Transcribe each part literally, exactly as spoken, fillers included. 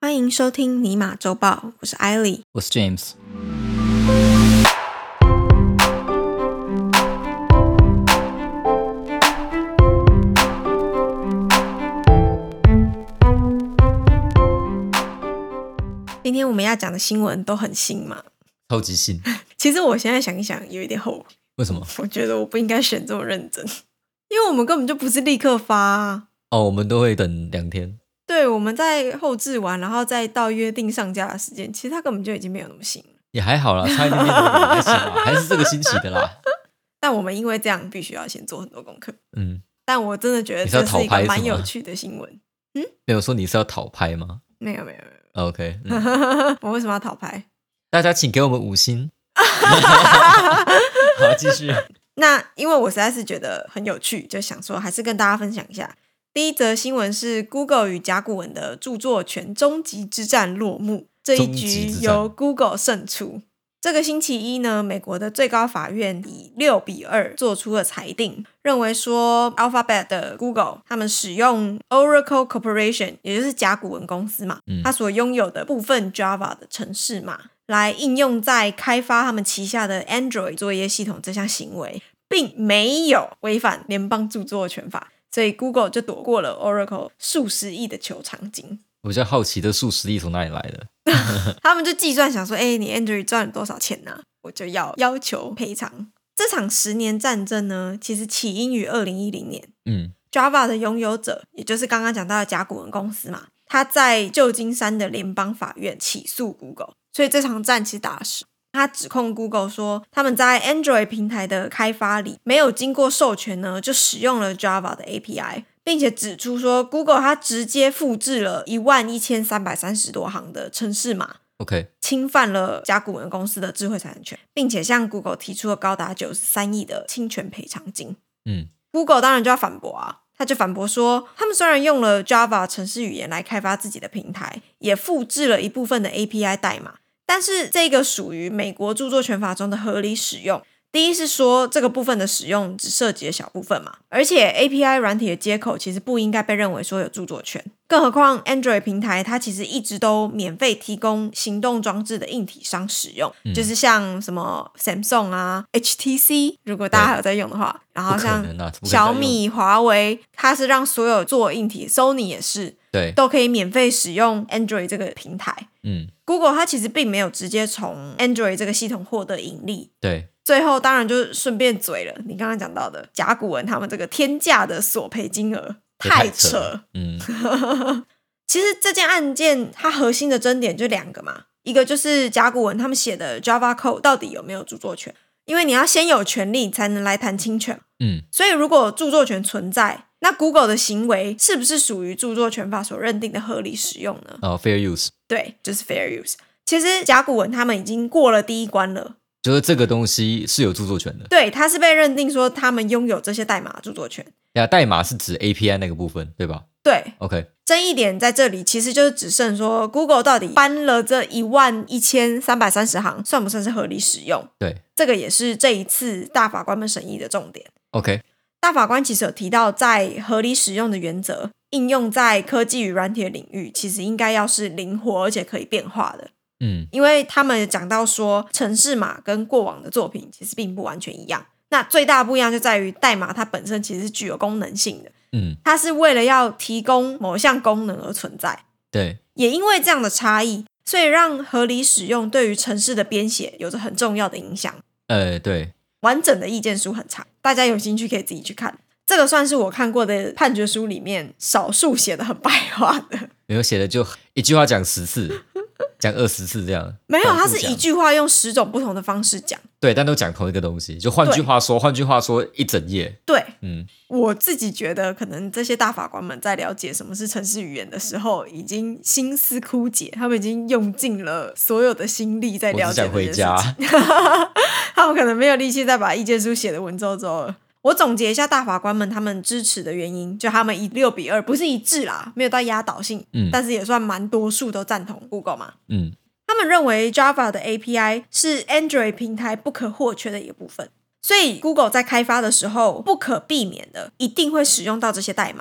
欢迎收听尼玛周报，我是艾莉， 我是 James。 今天我们要讲的新闻都很新嘛， 超级新。 其实我现在想一想有一点后悔。 为什么？ 我觉得我不应该选这么认真，因为我们根本就不是立刻发啊。 哦，我们都会等两天。 对，我们在后置完然后再到约定上架的时间，其实它根本就已经没有那么新了。 也还好啦，差一点点还行啦，还是这个星期的啦。 但我们因为这样必须要先做很多功课。 嗯， 但我真的觉得这是一个蛮有趣的新闻。嗯， 没有说你是要讨拍吗？ 没有没有没有。 OK，嗯、 我为什么要讨拍？ 大家请给我们五星。好，继续。 那因为我实在是觉得很有趣，就想说还是跟大家分享一下。第一则新闻是 Google 与甲骨文的著作权终极之战落幕，这一局由 Google 胜出。这个星期一呢，美国的最高法院以六比二做出了裁定，认为说 Alphabet 的 Google 他们使用 Oracle Corporation 也就是甲骨文公司嘛，嗯、它所拥有的部分 Java 的程式码来应用在开发他们旗下的 Android 作业系统这项行为并没有违反联邦著作权法，所以 Google 就躲过了 Oracle 数十亿的求偿金。 我比较好奇这数十亿从哪里来的。 他们就计算想说，哎，你 Android 赚了多少钱啊？我就要要求赔偿。这场十年战争呢，其实起因于二零一零年。嗯 ，Java 的拥有者，也就是刚刚讲到的甲骨文公司嘛，他在旧金山的联邦法院起诉 Google， 所以这场战其实打实。他指控 Google 说，他们在 Android 平台的开发里没有经过授权呢，就使用了 Java 的 A P I。并且指出说 Google 它直接复制了一万一千三百三十多行的程式码 OK， 侵犯了甲骨文公司的智慧财产权，并且向 Google 提出了高达九十三亿的侵权赔偿金。嗯 Google 当然就要反驳啊，他就反驳说他们虽然用了 Java 程式语言来开发自己的平台，也复制了一部分的 A P I 代码，但是这个属于美国著作权法中的合理使用。第一是说这个部分的使用只涉及了小部分嘛，而且 A P I 软体的接口其实不应该被认为说有著作权，更何况 Android 平台它其实一直都免费提供行动装置的硬体商使用、嗯、就是像什么 Samsung 啊 H T C 如果大家还有在用的话，然后像小米华为它是让所有做硬体 Sony 也是对都可以免费使用 Android 这个平台。嗯 Google 它其实并没有直接从 Android 这个系统获得盈利，对，最后当然就顺便嘴了你刚刚讲到的甲骨文他们这个天价的索赔金额太扯。嗯，其实这件案件它核心的争点就两个嘛，一个就是甲骨文他们写的 Java Code 到底有没有著作权，因为你要先有权利才能来谈侵权。嗯，所以如果著作权存在，那 Google 的行为是不是属于著作权法所认定的合理使用呢？ 哦 fair use。 对，就是 fair use。 其实甲骨文他们已经过了第一关了， 就是这个东西是有著作权的。 对，它是被认定说他们拥有这些代码著作权。 呀，代码是指 A P I 那个部分对吧？ 对 OK。 争议点在这里其实就是只剩说 Google 到底搬了这一万一千三百三十行算不算是合理使用。对，这个也是这一次大法官们审议的重点。 OK， 大法官其实有提到在合理使用的原则应用在科技与软体的领域其实应该要是灵活而且可以变化的。嗯，因为他们讲到说程式码跟过往的作品其实并不完全一样，那最大不一样就在于代码它本身其实是具有功能性的。嗯，它是为了要提供某项功能而存在。对，也因为这样的差异，所以让合理使用对于程式的编写有着很重要的影响。呃，对，完整的意见书很长，大家有兴趣可以自己去看。这个算是我看过的判决书里面少数写的很白话的， 没有写的就一句话讲十次讲二十次这样。 没有，他是一句话用十种不同的方式讲。 对，但都讲同一个东西，就换句话说换句话说一整页。 对，嗯，我自己觉得可能这些大法官们在了解什么是程式语言的时候已经心思枯竭，他们已经用尽了所有的心力在了解这件事情。我只想回家他们可能没有力气再把意见书写得文绉绉了。我总结一下大法官们他们支持的原因，就他们以六比二，不是一致啦，没有到压倒性、嗯、但是也算蛮多数都赞同 Google 嘛。嗯，他们认为 Java 的 A P I 是 Android 平台不可或缺的一个部分，所以 Google 在开发的时候不可避免的一定会使用到这些代码。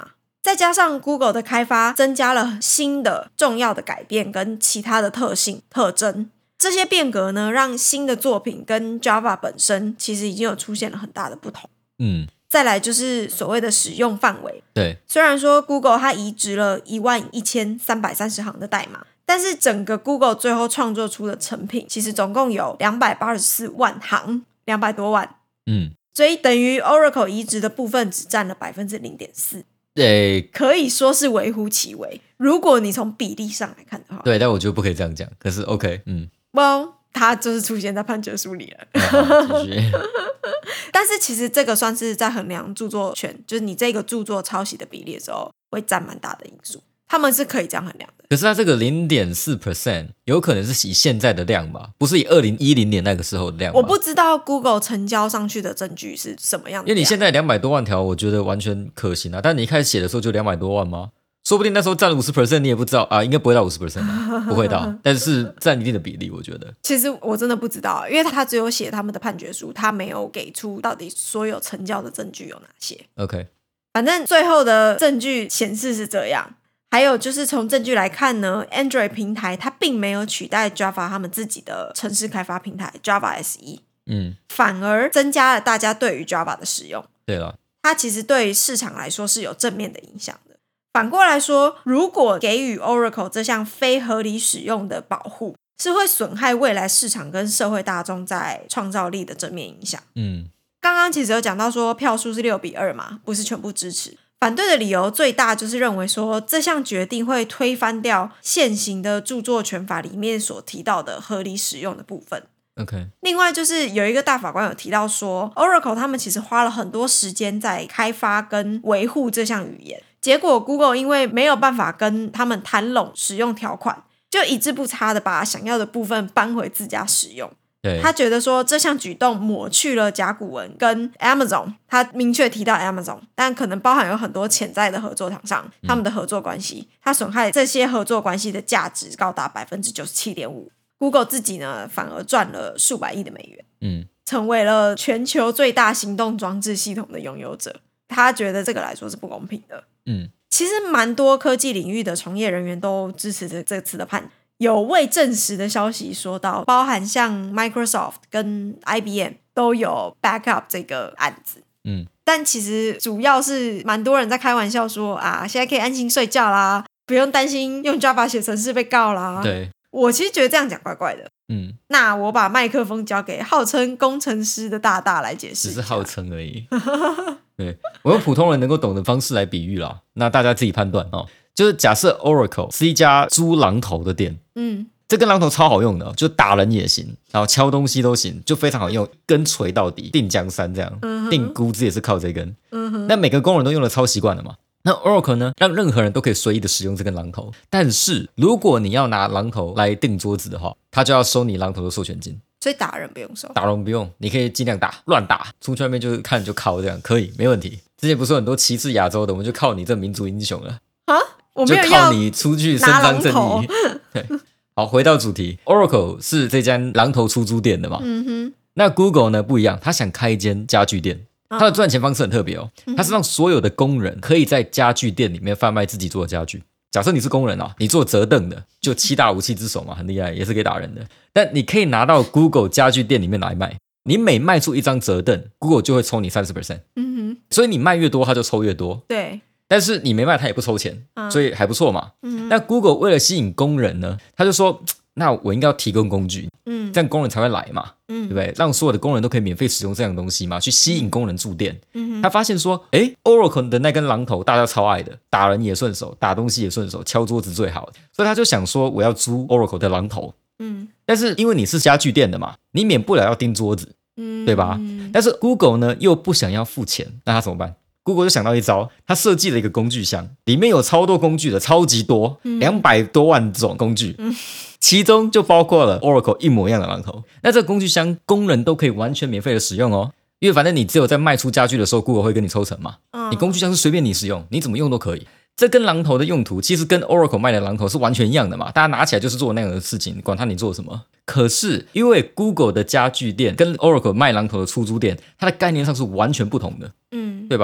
再加上 Google 的开发增加了新的重要的改变跟其他的特性特征，这些变革呢，让新的作品跟 Java 本身其实已经有出现了很大的不同。 嗯， 再来就是所谓的使用范围。 对， 虽然说 Google 它移植了一万一千三百三十行的代码，但是整个 Google 最后创作出的成品其实总共有两百八十四万行，两百多万。 嗯， 所以等于 Oracle 移植的部分只占了 百分之零点四。 对， 可以说是微乎其微，如果你从比例上来看的话。 对，但我觉得不可以这样讲，可是 OK。 嗯 Well， 它就是出现在判决书里了。 嗯、继续但是其实这个算是在衡量著作权，就是你这个著作抄袭的比例的时候会占蛮大的因素，他们是可以这样衡量的。 可是它这个 零点四 percent 有可能是以现在的量吧，不是以二零一零年那个时候的量吧。 我不知道 Google 成交上去的证据是什么样的量， 因为你现在两百多万条我觉得完全可行啊，但你一开始写的时候就两百多万吗？说不定那时候占 百分之五十 你也不知道啊，应该不会到 百分之五十、啊、不会到，但是占一定的比例我觉得。 其实我真的不知道，因为他只有写他们的判决书，他没有给出到底所有成交的证据有哪些。 OK， 反正最后的证据显示是这样。还有就是从证据来看呢， Android 平台它并没有取代 Java 他们自己的程式开发平台 Java S E， 嗯， 反而增加了大家对于 Java 的使用。 对了， 它其实对于市场来说是有正面的影响的。反过来说，如果给予 Oracle 这项非合理使用的保护，是会损害未来市场跟社会大众在创造力的正面影响。 嗯， 刚刚其实有讲到说票数是六比二嘛，不是全部支持。反对的理由最大就是认为说这项决定会推翻掉现行的著作权法里面所提到的合理使用的部分。 OK， 另外就是有一个大法官有提到说 Oracle 他们其实花了很多时间在开发跟维护这项语言，结果 Google 因为没有办法跟他们谈拢使用条款，就一字不差的把想要的部分搬回自家使用。 对， 他觉得说这项举动抹去了甲骨文跟 Amazon， 他明确提到 Amazon， 但可能包含有很多潜在的合作厂商，他们的合作关系，他损害这些合作关系的价值高达 百分之九十七点五。 Google 自己呢反而赚了数百亿的美元，嗯，成为了全球最大行动装置系统的拥有者。他觉得这个来说是不公平的。嗯，其实蛮多科技领域的从业人员都支持这次的判决。有未证实的消息说到，包含像 Microsoft 跟 I B M 都有 backup 这个案子。嗯，但其实主要是蛮多人在开玩笑说啊，现在可以安心睡觉啦，不用担心用 Java 写程式被告啦。 对， 我其实觉得这样讲怪怪的。嗯，那我把麦克风交给号称工程师的大大来解释。 只是号称而已。对，我用普通人能够懂的方式来比喻啦，那大家自己判断哦。就是假设 Oracle 是一家租榔头的店，嗯，这根榔头超好用的，就打人也行，然后敲东西都行，就非常好用，一根锤到底，定江山这样，嗯、定估值也是靠这根。嗯，那每个工人都用的超习惯了嘛。那 Oracle 呢，让任何人都可以随意的使用这根榔头，但是如果你要拿榔头来定桌子的话，他就要收你榔头的授权金。 所以打人不用收， 打人不用，你可以尽量打，乱打，出去外面就是看就靠这样，可以没问题。之前不是有很多歧视亚洲的，我们就靠你这民族英雄了啊！我没有要就靠你出去伸张正义。对，好，回到主题 ，Oracle 是这间榔头出租店的嘛？嗯哼。那 Google 呢不一样，他想开一间家具店，他的赚钱方式很特别哦，他是让所有的工人可以在家具店里面贩卖自己做的家具。假设你是工人啊，你做折凳的，就七大武器之首嘛，很厉害，也是可以打人的。但你可以拿到 Google 家具店里面来卖，你每卖出一张折凳 ，Google 就会抽你 百分之三十。嗯哼，所以你卖越多，他就抽越多。 对。 但是你没卖，他也不抽钱，嗯、所以还不错嘛。嗯、那 Google 为了吸引工人呢，他就说，那我应该要提供工具，嗯，这样工人才会来嘛，嗯，对不对？让所有的工人都可以免费使用这样的东西嘛，去吸引工人驻店。嗯、他发现说，诶 Oracle 的那根榔头大家超爱的，打人也顺手，打东西也顺手，敲桌子最好的，所以他就想说，我要租 Oracle 的榔头。嗯，但是因为你是家具店的嘛，你免不了要钉桌子，嗯，对吧？但是 Google 呢又不想要付钱，那他怎么办？Google 就想到一招，他设计了一个工具箱，里面有超多工具的，超级多，两百多万种工具，嗯、其中就包括了 Oracle 一模一样的榔头。那这个工具箱工人都可以完全免费的使用哦，因为反正你只有在卖出家具的时候 ，Google 会跟你抽成嘛。嗯、你工具箱是随便你使用，你怎么用都可以。这根榔头的用途其实跟 Oracle 卖的榔头是完全一样的嘛，大家拿起来就是做那样的事情，管他你做什么。可是因为 Google 的家具店跟 Oracle 卖榔头的出租店，它的概念上是完全不同的，嗯，对吧？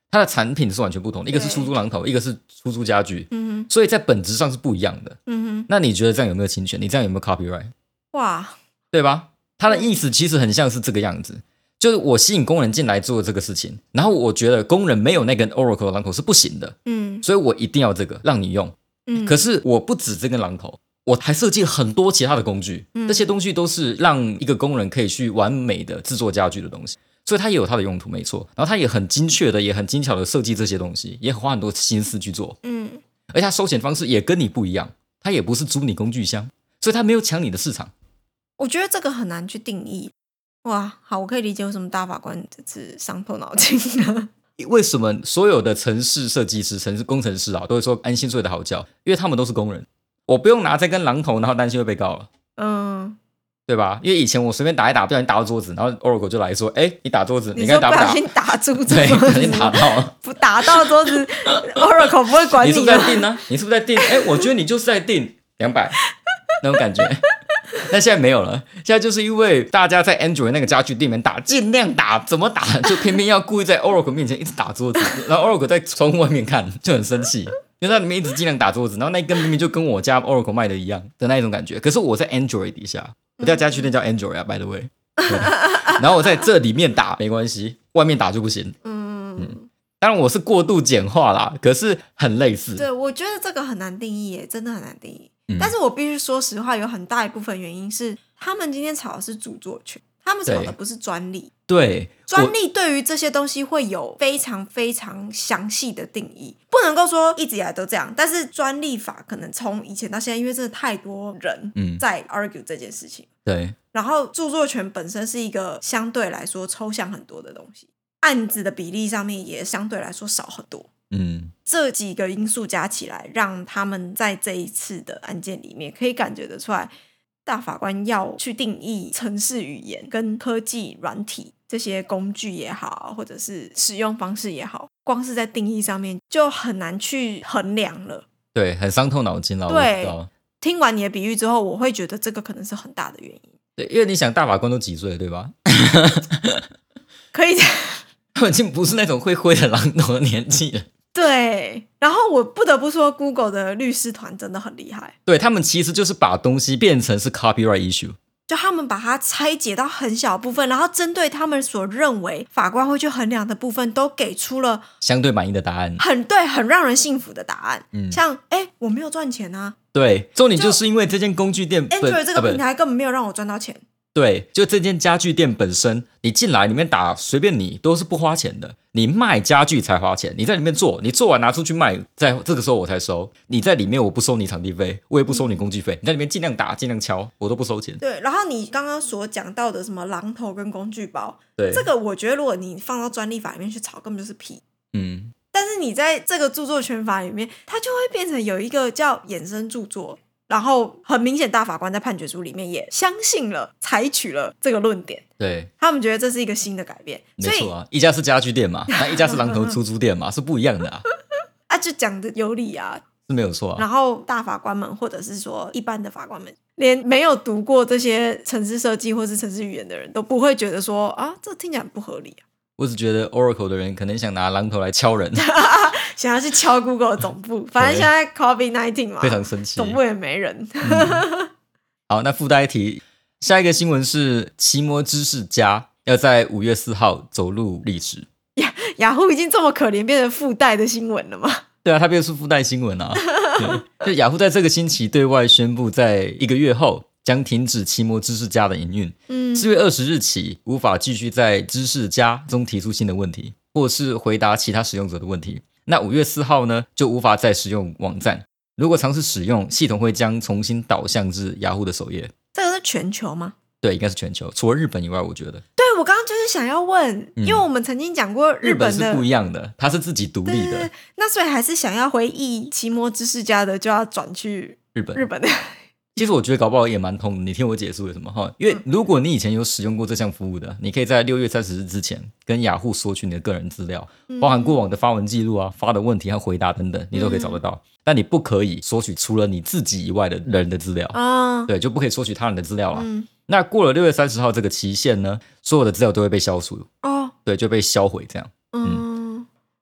它的产品是完全不同的，一个是出租榔头，一个是出租家具，嗯、所以在本质上是不一样的。嗯、那你觉得这样有没有侵权？你这样有没有 copyright？ 哇， 对吧？它的意思其实很像是这个样子，就是我吸引工人进来做这个事情，然后我觉得工人没有那根 Oracle 的榔头是不行的，嗯，所以我一定要这个让你用。嗯、可是我不止这根榔头，我还设计了很多其他的工具，嗯、这些东西都是让一个工人可以去完美的制作家具的东西，所以它也有它的用途，没错。然后它也很精确的，也很精巧的设计这些东西，也花很多心思去做。嗯，而且它收钱方式也跟你不一样，它也不是租你工具箱，所以它没有抢你的市场。 我觉得这个很难去定义。哇，好，我可以理解为什么大法官这次伤透脑筋了。 为什么所有的程式设计师、程式工程师啊，都会说安心睡得好觉？因为他们都是工人，我不用拿这根榔头，然后担心会被告了。嗯，对吧？因为以前我随便打一打，不小心打到桌子，然后 Oracle 就来说：“哎，你打桌子，你该打不打？” 不小心打住桌子， 对，不小心打到， 不打到桌子 ，Oracle 不会管你。 你是不是在定呢、啊？你是不是在定？哎，我觉得你就是在定两百那种感觉。但现在没有了，现在就是因为大家在 Android 那个家具店里面打，尽量打，怎么打就偏偏要故意在 Oracle 面前一直打桌子，然后 Oracle 在窗户外面看就很生气，因为在里面一直尽量打桌子，然后那一根明明就跟我家 Oracle 卖的一样的那一种感觉，可是我在 Android 底下，我家家具店叫 Android 啊 by the way， 然后我在这里面打没关系，外面打就不行。嗯嗯，当然我是过度简化啦，可是很类似。 对，我觉得这个很难定义耶，真的很难定义。嗯、但是我必须说实话，有很大一部分原因是他们今天吵的是著作权，他们吵的不是专利。 对， 专利对于这些东西会有非常非常详细的定义，不能够说一直以来都这样。但是专利法可能从以前到现在，因为真的太多人在 argue 这件事情。嗯、 对。 然后著作权本身是一个相对来说抽象很多的东西，案子的比例上面也相对来说少很多。嗯，这几个因素加起来，让他们在这一次的案件里面可以感觉得出来，大法官要去定义程式语言跟科技软体这些工具也好，或者是使用方式也好，光是在定义上面就很难去衡量了。 对，很伤透脑筋了。 对，听完你的比喻之后，我会觉得这个可能是很大的原因。 对，因为你想大法官都几岁了，对吧？ 可以， 他们已经不是那种会挥着榔头的年纪了。 对，然后我不得不说 Google 的律师团真的很厉害。 对，他们其实就是把东西变成是 copyright issue， 就他们把它拆解到很小部分，然后针对他们所认为法官会去衡量的部分，都给出了相对满意的答案， 很对，很让人信服的答案。嗯，像哎，我没有赚钱啊。 对，重点就是因为这间工具店 Android 这个平台根本没有让我赚到钱。 对，就这间家具店本身，你进来里面打随便你都是不花钱的，你卖家具才花钱。你在里面做，你做完拿出去卖，在这个时候我才收。你在里面我不收你场地费，我也不收你工具费。嗯、你在里面尽量打，尽量敲，我都不收钱。 对，然后你刚刚所讲到的什么榔头跟工具包， 对， 这个我觉得如果你放到专利法里面去炒，根本就是屁。嗯，但是你在这个著作权法里面，它就会变成有一个叫衍生著作。然后很明显大法官在判决书里面也相信了，采取了这个论点。 对， 他们觉得这是一个新的改变。 没错啊，一家是家具店嘛，那一家是榔头出租店嘛，是不一样的啊。 啊，就讲的有理啊， 是没有错啊。 然后大法官们或者是说一般的法官们，连没有读过这些程式设计或是程式语言的人都不会觉得说啊，这听起来不合理啊。 我只觉得 Oracle 的人可能想拿榔头来敲人， 想要去敲 Google 的总部。反正现在 COVID 十九 嘛， 非常生气， 总部也没人。 嗯、好，那附带一提，下一个新闻是奇摩知识家要在五月四号走入历史。 雅雅虎已经这么可怜，变成附带的新闻了吗？ 对啊，它变成是附带新闻啊。就雅虎在这个星期对外宣布，在一个月后将停止奇摩知识家的营运。嗯，四月二十日起无法继续在知识家中提出新的问题，或是回答其他使用者的问题。那五月四号呢，就无法再使用网站。如果尝试使用，系统会将重新导向至雅虎的首页。 这个是全球吗？ 对，应该是全球，除了日本以外，我觉得。 对，我刚刚就是想要问，嗯、因为我们曾经讲过日本的， 日本是不一样的，它是自己独立的。 对对对，那所以还是想要回忆奇摩知识家的，就要转去日本。 日本的。 其实我觉得搞不好也蛮通的，你听我解释为什么哈？因为如果你以前有使用过这项服务的，你可以在六月三十日之前跟雅虎索取你的个人资料，包含过往的发文记录啊、发的问题和回答等等，你都可以找得到。嗯、但你不可以索取除了你自己以外的人的资料啊，对，就不可以索取他人的资料啦。嗯、那过了六月三十号这个期限呢，所有的资料都会被消除哦，对，就被销毁这样。嗯，嗯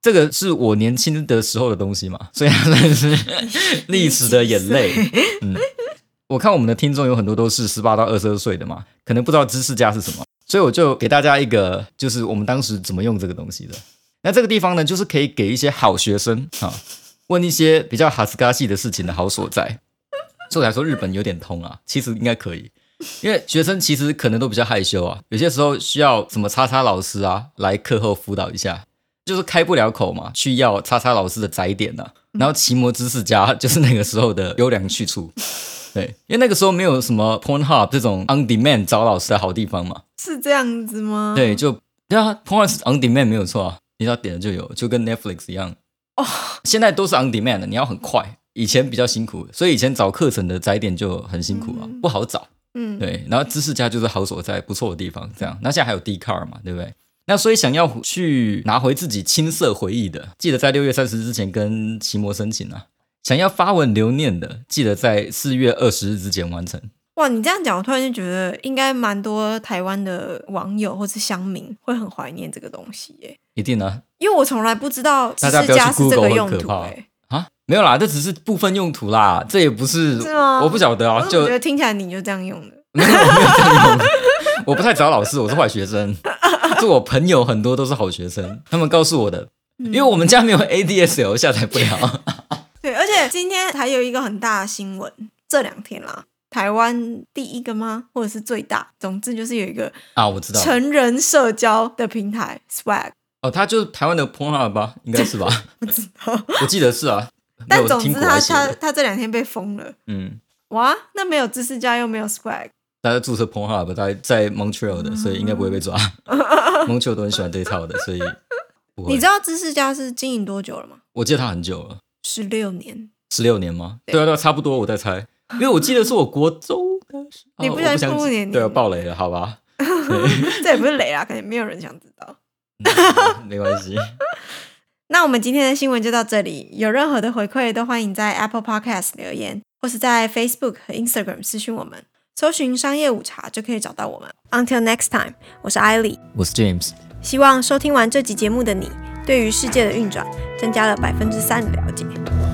这个是我年轻的时候的东西嘛，所以它算是历史的眼泪。嗯，我看我们的听众有很多都是十八到二十二岁的嘛，可能不知道知识家是什么，所以我就给大家一个，就是我们当时怎么用这个东西的。那这个地方呢，就是可以给一些好学生啊，问一些比较哈斯嘎系的事情的好所在。所以我才说日本有点通啊，其实应该可以。因为学生其实可能都比较害羞啊，有些时候需要什么叉叉老师啊来课后辅导一下，就是开不了口嘛，去要叉叉老师的载点啊，然后奇摩知识家就是那个时候的优良去处。对，因为那个时候没有什么 Pornhub 这种 on demand 找老师的好地方嘛。 是这样子吗？ 对，就对啊 ，Pornhub 是 on demand 没有错啊，你只要点了就有，就跟 Netflix 一样。哦，现在都是 on demand 的，你要很快。以前比较辛苦，所以以前找课程的载点就很辛苦啊，嗯、不好找。嗯，对，然后知识家就是好所在，不错的地方。这样，那现在还有 Dcard 嘛，对不对？那所以想要去拿回自己青涩回忆的，记得在六月三十日之前跟奇摩申请啊。想要发文留念的，记得在四月二十日之前完成。 哇，你这样讲，我突然就觉得应该蛮多台湾的网友或是乡民会很怀念这个东西耶。 一定啊， 因为我从来不知道知识家是这个用途耶。 啊，没有啦，这只是部分用途啦，这也不是， 是吗？ 我不晓得啊， 我就觉得听起来你就这样用的。 没有，我没有这样用的，我不太找老师，我是坏学生，是我朋友很多都是好学生，他们告诉我的，因为我们家没有 A D S L 下载不了。 对，而且今天还有一个很大的新闻，这两天啦，台湾第一个吗？或者是最大？总之就是有一个啊，我知道成人社交的平台 Swag。 哦，他就是台湾的 Pornhub 吧？应该是吧？ 不知道， 我记得是啊。 但总之他他他这两天被封了。 嗯， 哇，那没有知识家又没有 Swag， 大家注册 Pornhub 在在 Montreal 的，所以应该不会被抓。Montreal 都很喜欢这一套的，所以不会。 你知道知识家是经营多久了吗？ 我记得他很久了， 十六年。 十六年吗？对啊，对啊，差不多。我在猜，因为我记得是我国中的时候。 你不想暴露年龄？ 对啊，爆雷了，好吧。 这也不是雷啦，可能没有人想知道。 嗯、没关系。 那我们今天的新闻就到这里，有任何的回馈都欢迎在 Apple Podcast 留言，或是在 Facebook 和 Instagram 私讯我们，搜寻商业午茶就可以找到我们。Until next time， 我是艾莉， 我是 James。 希望收听完这集节目的你，对于世界的运转增加了百分之三的了解。